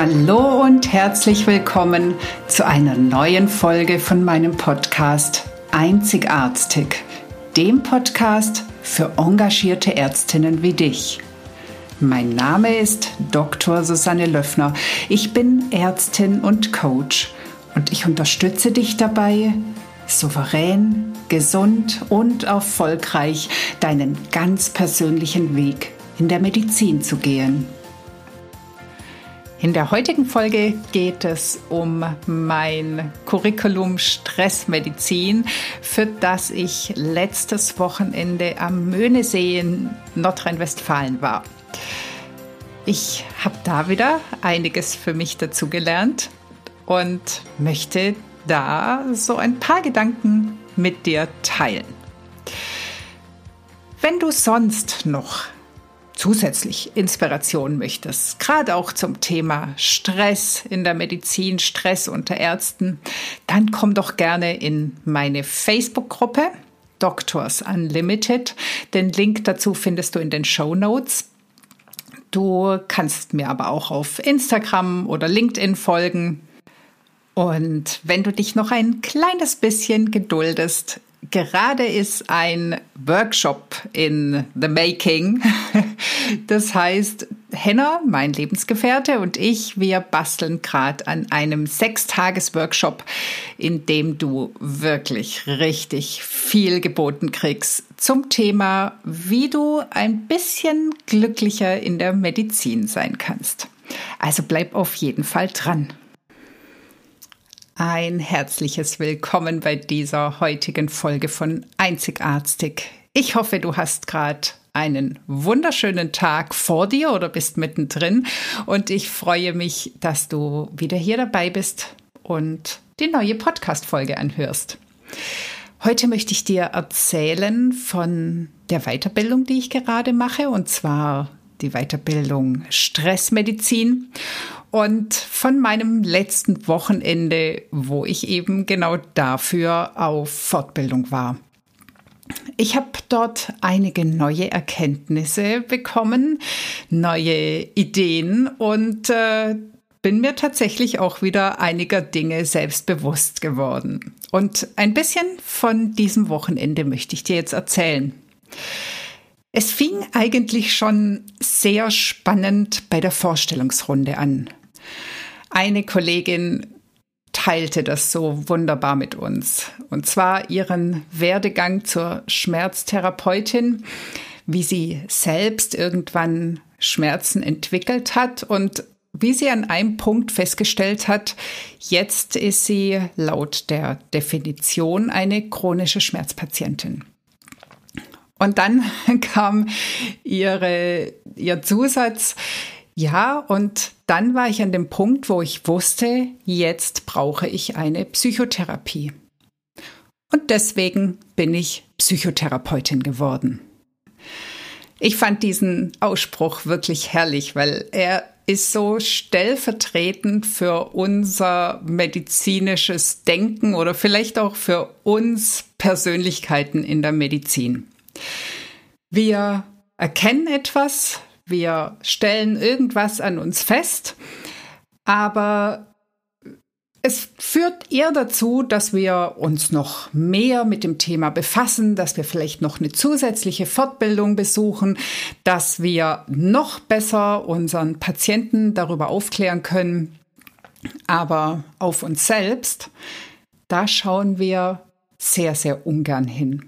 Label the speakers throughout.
Speaker 1: Hallo und herzlich willkommen zu einer neuen Folge von meinem Podcast Einzigartig, dem Podcast für engagierte Ärztinnen wie dich. Mein Name ist Dr. Susanne Löffner. Ich bin Ärztin und Coach und ich unterstütze dich dabei, souverän, gesund und erfolgreich deinen ganz persönlichen Weg in der Medizin zu gehen. In der heutigen Folge geht es um mein Curriculum Stressmedizin, für das ich letztes Wochenende am Möhnesee in Nordrhein-Westfalen war. Ich habe da wieder einiges für mich dazu gelernt und möchte da so ein paar Gedanken mit dir teilen. Wenn du sonst noch zusätzlich Inspiration möchtest, gerade auch zum Thema Stress in der Medizin, Stress unter Ärzten, dann komm doch gerne in meine Facebook-Gruppe Doctors Unlimited. Den Link dazu findest du in den Shownotes. Du kannst mir aber auch auf Instagram oder LinkedIn folgen. Und wenn du dich noch ein kleines bisschen geduldest, gerade ist ein Workshop in the making. Das heißt, Henna, mein Lebensgefährte, und ich, wir basteln gerade an einem 6-Tages-Workshop, in dem du wirklich richtig viel geboten kriegst zum Thema, wie du ein bisschen glücklicher in der Medizin sein kannst. Also bleib auf jeden Fall dran. Ein herzliches Willkommen bei dieser heutigen Folge von Einzigartig. Ich hoffe, du hast gerade einen wunderschönen Tag vor dir oder bist mittendrin und ich freue mich, dass du wieder hier dabei bist und die neue Podcast-Folge anhörst. Heute möchte ich dir erzählen von der Weiterbildung, die ich gerade mache, und zwar die Weiterbildung Stressmedizin. Und von meinem letzten Wochenende, wo ich eben genau dafür auf Fortbildung war. Ich habe dort einige neue Erkenntnisse bekommen, neue Ideen und bin mir tatsächlich auch wieder einiger Dinge selbst bewusst geworden. Und ein bisschen von diesem Wochenende möchte ich dir jetzt erzählen. Es fing eigentlich schon sehr spannend bei der Vorstellungsrunde an. Eine Kollegin teilte das so wunderbar mit uns, und zwar ihren Werdegang zur Schmerztherapeutin, wie sie selbst irgendwann Schmerzen entwickelt hat und wie sie an einem Punkt festgestellt hat, jetzt ist sie laut der Definition eine chronische Schmerzpatientin. Und dann kam ihr Zusatz, ja, und dann war ich an dem Punkt, wo ich wusste, jetzt brauche ich eine Psychotherapie. Und deswegen bin ich Psychotherapeutin geworden. Ich fand diesen Ausspruch wirklich herrlich, weil er ist so stellvertretend für unser medizinisches Denken oder vielleicht auch für uns Persönlichkeiten in der Medizin. Wir erkennen etwas, wir stellen irgendwas an uns fest, aber es führt eher dazu, dass wir uns noch mehr mit dem Thema befassen, dass wir vielleicht noch eine zusätzliche Fortbildung besuchen, dass wir noch besser unseren Patienten darüber aufklären können. Aber auf uns selbst, da schauen wir sehr, sehr ungern hin.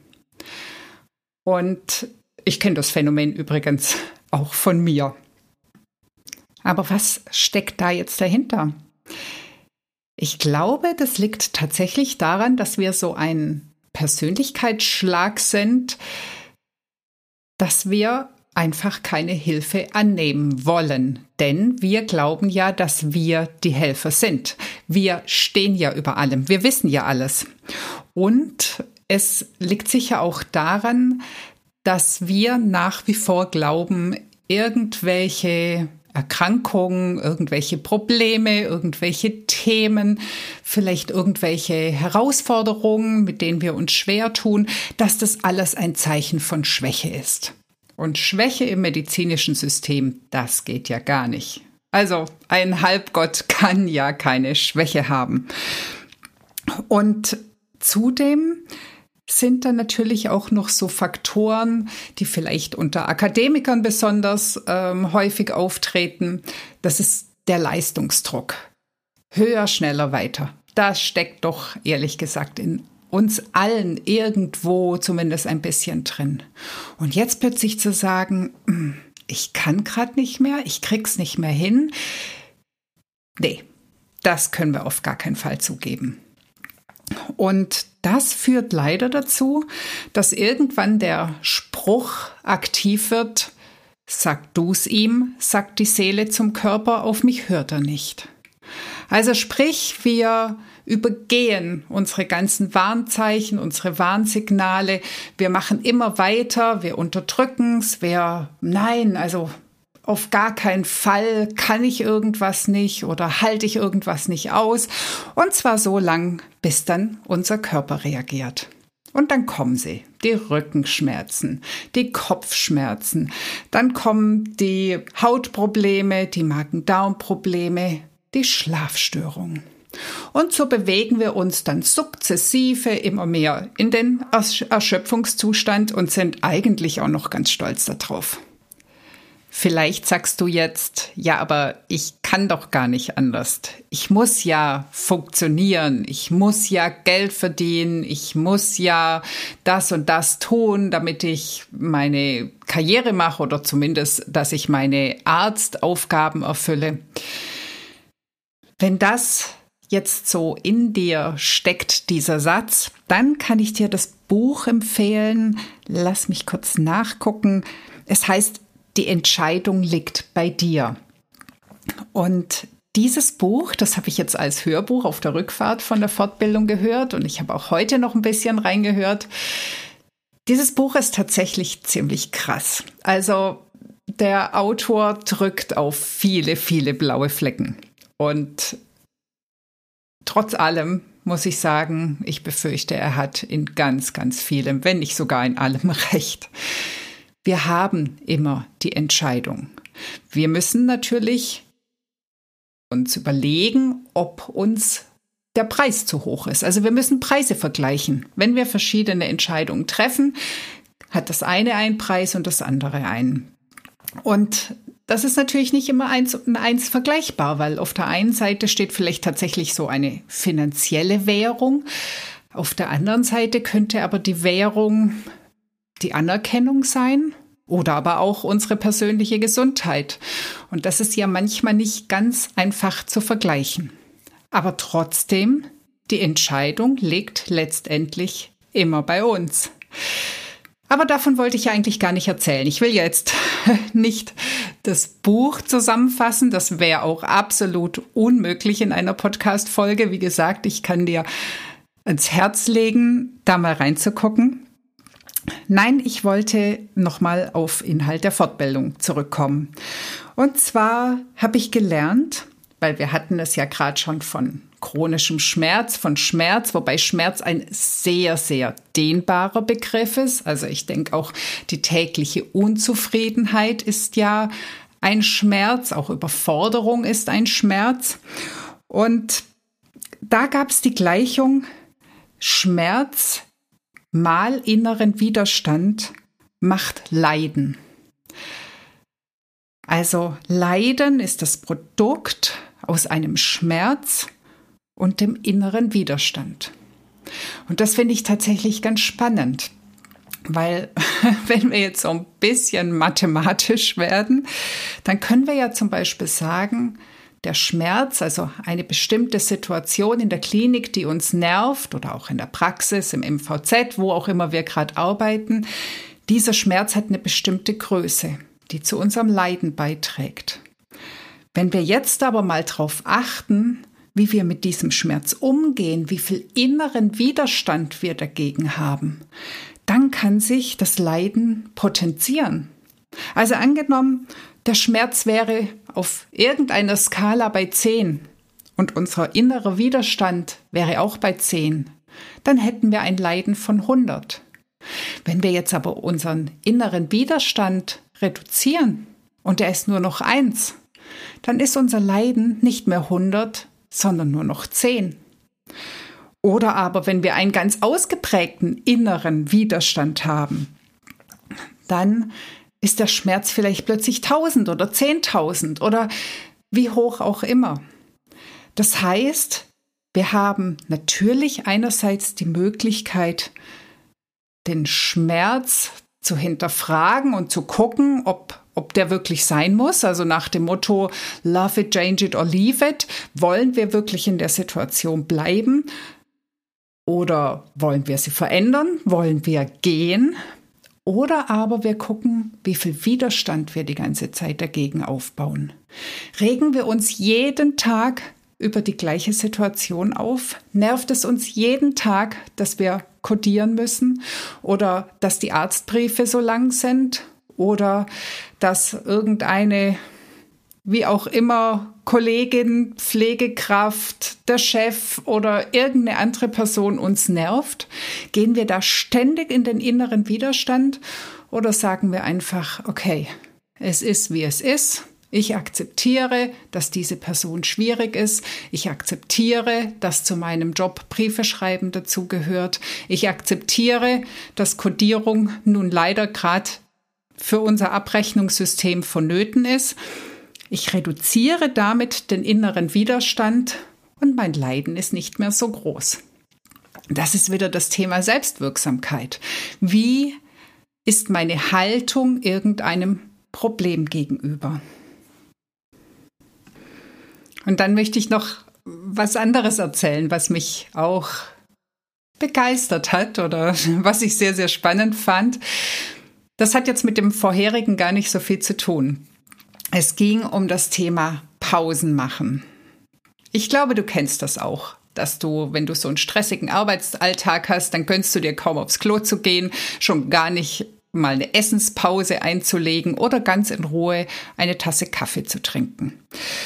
Speaker 1: Und ich kenne das Phänomen übrigens auch von mir. Aber was steckt da jetzt dahinter? Ich glaube, das liegt tatsächlich daran, dass wir so ein Persönlichkeitsschlag sind, dass wir einfach keine Hilfe annehmen wollen. Denn wir glauben ja, dass wir die Helfer sind. Wir stehen ja über allem. Wir wissen ja alles. Und es liegt sicher auch daran, dass wir nach wie vor glauben, irgendwelche Erkrankungen, irgendwelche Probleme, irgendwelche Themen, vielleicht irgendwelche Herausforderungen, mit denen wir uns schwer tun, dass das alles ein Zeichen von Schwäche ist. Und Schwäche im medizinischen System, das geht ja gar nicht. Also ein Halbgott kann ja keine Schwäche haben. Und zudem sind dann natürlich auch noch so Faktoren, die vielleicht unter Akademikern besonders häufig auftreten. Das ist der Leistungsdruck. Höher, schneller, weiter. Das steckt doch ehrlich gesagt in uns allen irgendwo zumindest ein bisschen drin. Und jetzt plötzlich zu sagen, ich kann gerade nicht mehr, ich krieg's nicht mehr hin. Nee, das können wir auf gar keinen Fall zugeben. Und das führt leider dazu, dass irgendwann der Spruch aktiv wird, sag du's ihm, sagt die Seele zum Körper, auf mich hört er nicht. Also sprich, wir übergehen unsere ganzen Warnzeichen, unsere Warnsignale. Wir machen immer weiter, wir unterdrücken es, also auf gar keinen Fall kann ich irgendwas nicht oder halte ich irgendwas nicht aus. Und zwar so lang, bis dann unser Körper reagiert. Und dann kommen sie, die Rückenschmerzen, die Kopfschmerzen, dann kommen die Hautprobleme, die Magen-Darm-Probleme, die Schlafstörungen. Und so bewegen wir uns dann sukzessive immer mehr in den Erschöpfungszustand und sind eigentlich auch noch ganz stolz darauf. Vielleicht sagst du jetzt, ja, aber ich kann doch gar nicht anders. Ich muss ja funktionieren, ich muss ja Geld verdienen, ich muss ja das und das tun, damit ich meine Karriere mache oder zumindest, dass ich meine Arztaufgaben erfülle. Wenn das jetzt so in dir steckt, dieser Satz, dann kann ich dir das Buch empfehlen. Lass mich kurz nachgucken. Es heißt, die Entscheidung liegt bei dir. Und dieses Buch, das habe ich jetzt als Hörbuch auf der Rückfahrt von der Fortbildung gehört und ich habe auch heute noch ein bisschen reingehört. Dieses Buch ist tatsächlich ziemlich krass. Also der Autor drückt auf viele, viele blaue Flecken. Und trotz allem muss ich sagen, ich befürchte, er hat in ganz, ganz vielem, wenn nicht sogar in allem recht. Wir haben immer die Entscheidung. Wir müssen natürlich uns überlegen, ob uns der Preis zu hoch ist. Also wir müssen Preise vergleichen. Wenn wir verschiedene Entscheidungen treffen, hat das eine einen Preis und das andere einen. Und das ist natürlich nicht immer eins vergleichbar, weil auf der einen Seite steht vielleicht tatsächlich so eine finanzielle Währung. Auf der anderen Seite könnte aber die Währung die Anerkennung sein oder aber auch unsere persönliche Gesundheit. Und das ist ja manchmal nicht ganz einfach zu vergleichen. Aber trotzdem, die Entscheidung liegt letztendlich immer bei uns. Aber davon wollte ich ja eigentlich gar nicht erzählen. Ich will jetzt nicht das Buch zusammenfassen. Das wäre auch absolut unmöglich in einer Podcast-Folge. Wie gesagt, ich kann dir ans Herz legen, da mal reinzugucken. Nein, ich wollte nochmal auf Inhalt der Fortbildung zurückkommen. Und zwar habe ich gelernt, weil wir hatten es ja gerade schon von chronischem Schmerz, von Schmerz, wobei Schmerz ein sehr, sehr dehnbarer Begriff ist. Also ich denke auch, die tägliche Unzufriedenheit ist ja ein Schmerz, auch Überforderung ist ein Schmerz. Und da gab es die Gleichung, Schmerz mal inneren Widerstand macht Leiden. Also Leiden ist das Produkt aus einem Schmerz und dem inneren Widerstand. Und das finde ich tatsächlich ganz spannend, weil wenn wir jetzt so ein bisschen mathematisch werden, dann können wir ja zum Beispiel sagen, der Schmerz, also eine bestimmte Situation in der Klinik, die uns nervt oder auch in der Praxis, im MVZ, wo auch immer wir gerade arbeiten, dieser Schmerz hat eine bestimmte Größe, die zu unserem Leiden beiträgt. Wenn wir jetzt aber mal darauf achten, wie wir mit diesem Schmerz umgehen, wie viel inneren Widerstand wir dagegen haben, dann kann sich das Leiden potenzieren. Also angenommen, der Schmerz wäre auf irgendeiner Skala bei 10 und unser innerer Widerstand wäre auch bei 10, dann hätten wir ein Leiden von 100. Wenn wir jetzt aber unseren inneren Widerstand reduzieren und er ist nur noch 1, dann ist unser Leiden nicht mehr 100, sondern nur noch 10. Oder aber, wenn wir einen ganz ausgeprägten inneren Widerstand haben, dann ist der Schmerz vielleicht plötzlich 1000 oder 10.000 oder wie hoch auch immer. Das heißt, wir haben natürlich einerseits die Möglichkeit, den Schmerz zu hinterfragen und zu gucken, ob der wirklich sein muss. Also nach dem Motto, love it, change it or leave it. Wollen wir wirklich in der Situation bleiben? Oder wollen wir sie verändern? Wollen wir gehen? Oder aber wir gucken, wie viel Widerstand wir die ganze Zeit dagegen aufbauen. Regen wir uns jeden Tag über die gleiche Situation auf? Nervt es uns jeden Tag, dass wir kodieren müssen oder dass die Arztbriefe so lang sind oder dass irgendeine, wie auch immer, Kollegin, Pflegekraft, der Chef oder irgendeine andere Person uns nervt? Gehen wir da ständig in den inneren Widerstand oder sagen wir einfach, okay, es ist, wie es ist. Ich akzeptiere, dass diese Person schwierig ist. Ich akzeptiere, dass zu meinem Job Briefe schreiben dazugehört. Ich akzeptiere, dass Kodierung nun leider gerade für unser Abrechnungssystem vonnöten ist. Ich reduziere damit den inneren Widerstand und mein Leiden ist nicht mehr so groß. Das ist wieder das Thema Selbstwirksamkeit. Wie ist meine Haltung irgendeinem Problem gegenüber? Und dann möchte ich noch was anderes erzählen, was mich auch begeistert hat oder was ich sehr, sehr spannend fand. Das hat jetzt mit dem vorherigen gar nicht so viel zu tun. Es ging um das Thema Pausen machen. Ich glaube, du kennst das auch, dass du, wenn du so einen stressigen Arbeitsalltag hast, dann gönnst du dir kaum aufs Klo zu gehen, schon gar nicht mal eine Essenspause einzulegen oder ganz in Ruhe eine Tasse Kaffee zu trinken.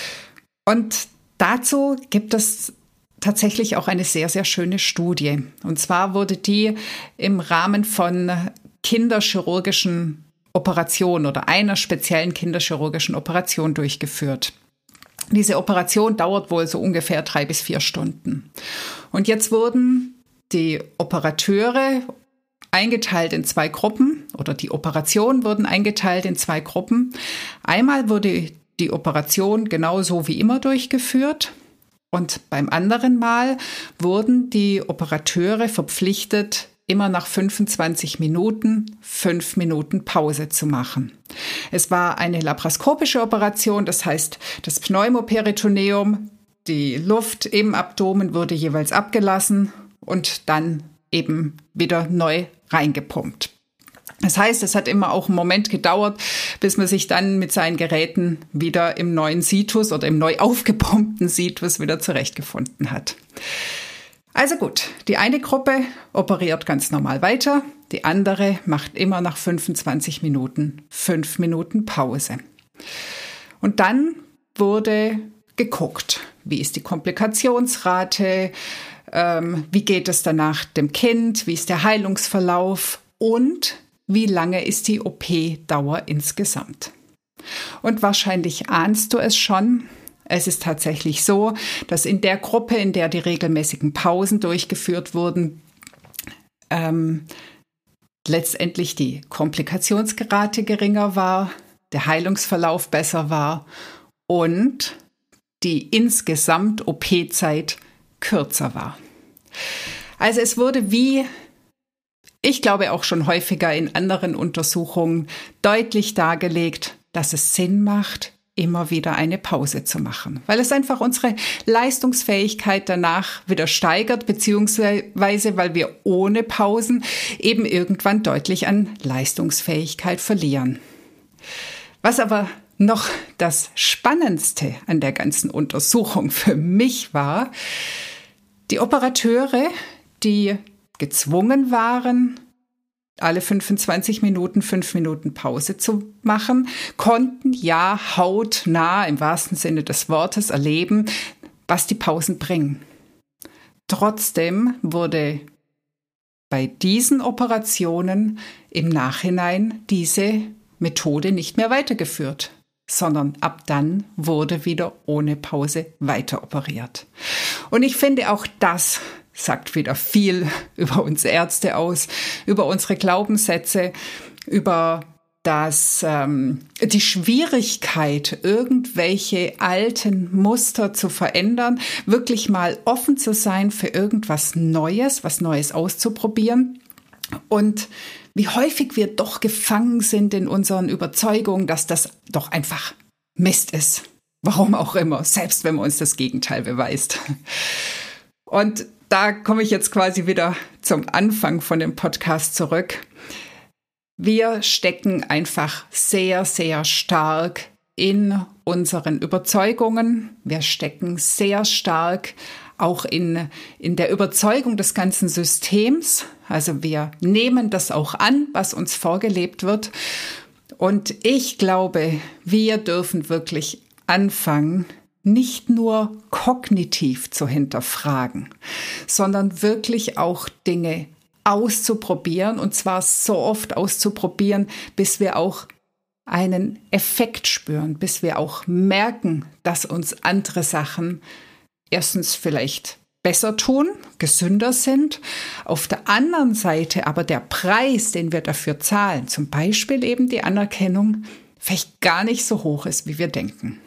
Speaker 1: Und dazu gibt es tatsächlich auch eine sehr, sehr schöne Studie. Und zwar wurde die im Rahmen von kinderchirurgischen Operationen oder einer speziellen kinderchirurgischen Operation durchgeführt. Diese Operation dauert wohl so ungefähr 3 bis 4 Stunden. Und jetzt wurden die Operateure eingeteilt in 2 Gruppen oder die Operationen wurden eingeteilt in 2 Gruppen. Einmal wurde die Operation genauso wie immer durchgeführt und beim anderen Mal wurden die Operateure verpflichtet, immer nach 25 Minuten 5 Minuten Pause zu machen. Es war eine laparoskopische Operation, das heißt, das Pneumoperitoneum, die Luft im Abdomen wurde jeweils abgelassen und dann eben wieder neu reingepumpt. Das heißt, es hat immer auch einen Moment gedauert, bis man sich dann mit seinen Geräten wieder im neuen Situs oder im neu aufgepumpten Situs wieder zurechtgefunden hat. Also gut, die eine Gruppe operiert ganz normal weiter, die andere macht immer nach 25 Minuten 5 Minuten Pause. Und dann wurde geguckt, wie ist die Komplikationsrate, wie geht es danach dem Kind, wie ist der Heilungsverlauf und wie lange ist die OP-Dauer insgesamt? Und wahrscheinlich ahnst du es schon. Es ist tatsächlich so, dass in der Gruppe, in der die regelmäßigen Pausen durchgeführt wurden, letztendlich die Komplikationsrate geringer war, der Heilungsverlauf besser war und die insgesamt OP-Zeit kürzer war. Also es wurde wie ich glaube auch schon häufiger in anderen Untersuchungen deutlich dargelegt, dass es Sinn macht, immer wieder eine Pause zu machen, weil es einfach unsere Leistungsfähigkeit danach wieder steigert, beziehungsweise weil wir ohne Pausen eben irgendwann deutlich an Leistungsfähigkeit verlieren. Was aber noch das Spannendste an der ganzen Untersuchung für mich war, die Operateure, die gezwungen waren, alle 25 Minuten 5 Minuten Pause zu machen, konnten ja hautnah im wahrsten Sinne des Wortes erleben, was die Pausen bringen. Trotzdem wurde bei diesen Operationen im Nachhinein diese Methode nicht mehr weitergeführt. sondern ab dann wurde wieder ohne Pause weiter operiert. Und ich finde, auch das sagt wieder viel über uns Ärzte aus, über unsere Glaubenssätze, über die Schwierigkeit, irgendwelche alten Muster zu verändern, wirklich mal offen zu sein für irgendwas Neues, was Neues auszuprobieren. Und wie häufig wir doch gefangen sind in unseren Überzeugungen, dass das doch einfach Mist ist. Warum auch immer, selbst wenn man uns das Gegenteil beweist. Und da komme ich jetzt quasi wieder zum Anfang von dem Podcast zurück. Wir stecken einfach sehr, sehr stark in unseren Überzeugungen. Wir stecken sehr stark auch in der Überzeugung des ganzen Systems. Also wir nehmen das auch an, was uns vorgelebt wird. Und ich glaube, wir dürfen wirklich anfangen, nicht nur kognitiv zu hinterfragen, sondern wirklich auch Dinge auszuprobieren, und zwar so oft auszuprobieren, bis wir auch einen Effekt spüren, bis wir auch merken, dass uns andere Sachen erstens vielleicht besser tun, gesünder sind, auf der anderen Seite aber der Preis, den wir dafür zahlen, zum Beispiel eben die Anerkennung, vielleicht gar nicht so hoch ist, wie wir denken.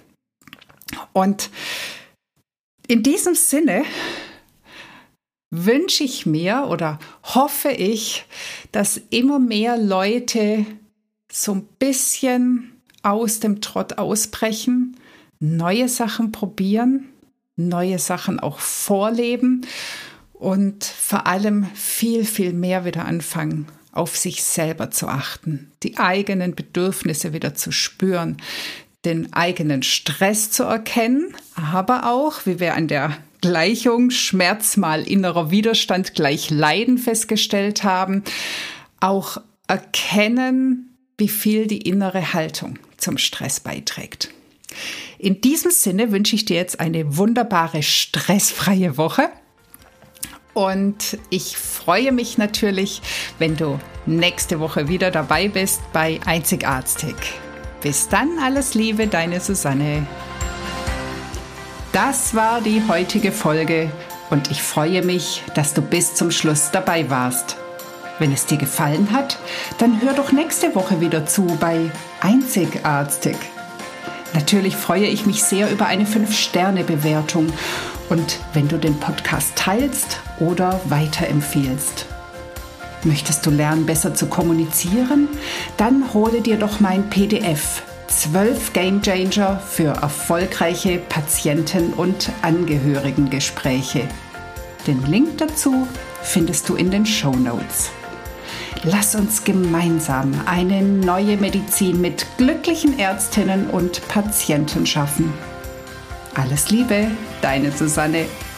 Speaker 1: Und in diesem Sinne wünsche ich mir oder hoffe ich, dass immer mehr Leute so ein bisschen aus dem Trott ausbrechen, neue Sachen probieren, neue Sachen auch vorleben und vor allem viel, viel mehr wieder anfangen, auf sich selber zu achten, die eigenen Bedürfnisse wieder zu spüren, den eigenen Stress zu erkennen, aber auch, wie wir an der Gleichung Schmerz mal innerer Widerstand gleich Leiden festgestellt haben, auch erkennen, wie viel die innere Haltung zum Stress beiträgt. In diesem Sinne wünsche ich dir jetzt eine wunderbare, stressfreie Woche. Und ich freue mich natürlich, wenn du nächste Woche wieder dabei bist bei Einzigartig. Bis dann, alles Liebe, deine Susanne. Das war die heutige Folge und ich freue mich, dass du bis zum Schluss dabei warst. Wenn es dir gefallen hat, dann hör doch nächste Woche wieder zu bei Einzigartig. Natürlich freue ich mich sehr über eine 5-Sterne-Bewertung und wenn du den Podcast teilst oder weiterempfiehlst. Möchtest du lernen, besser zu kommunizieren? Dann hole dir doch mein PDF 12 Gamechanger für erfolgreiche Patienten- und Angehörigengespräche. Den Link dazu findest du in den Shownotes. Lass uns gemeinsam eine neue Medizin mit glücklichen Ärztinnen und Patienten schaffen. Alles Liebe, deine Susanne.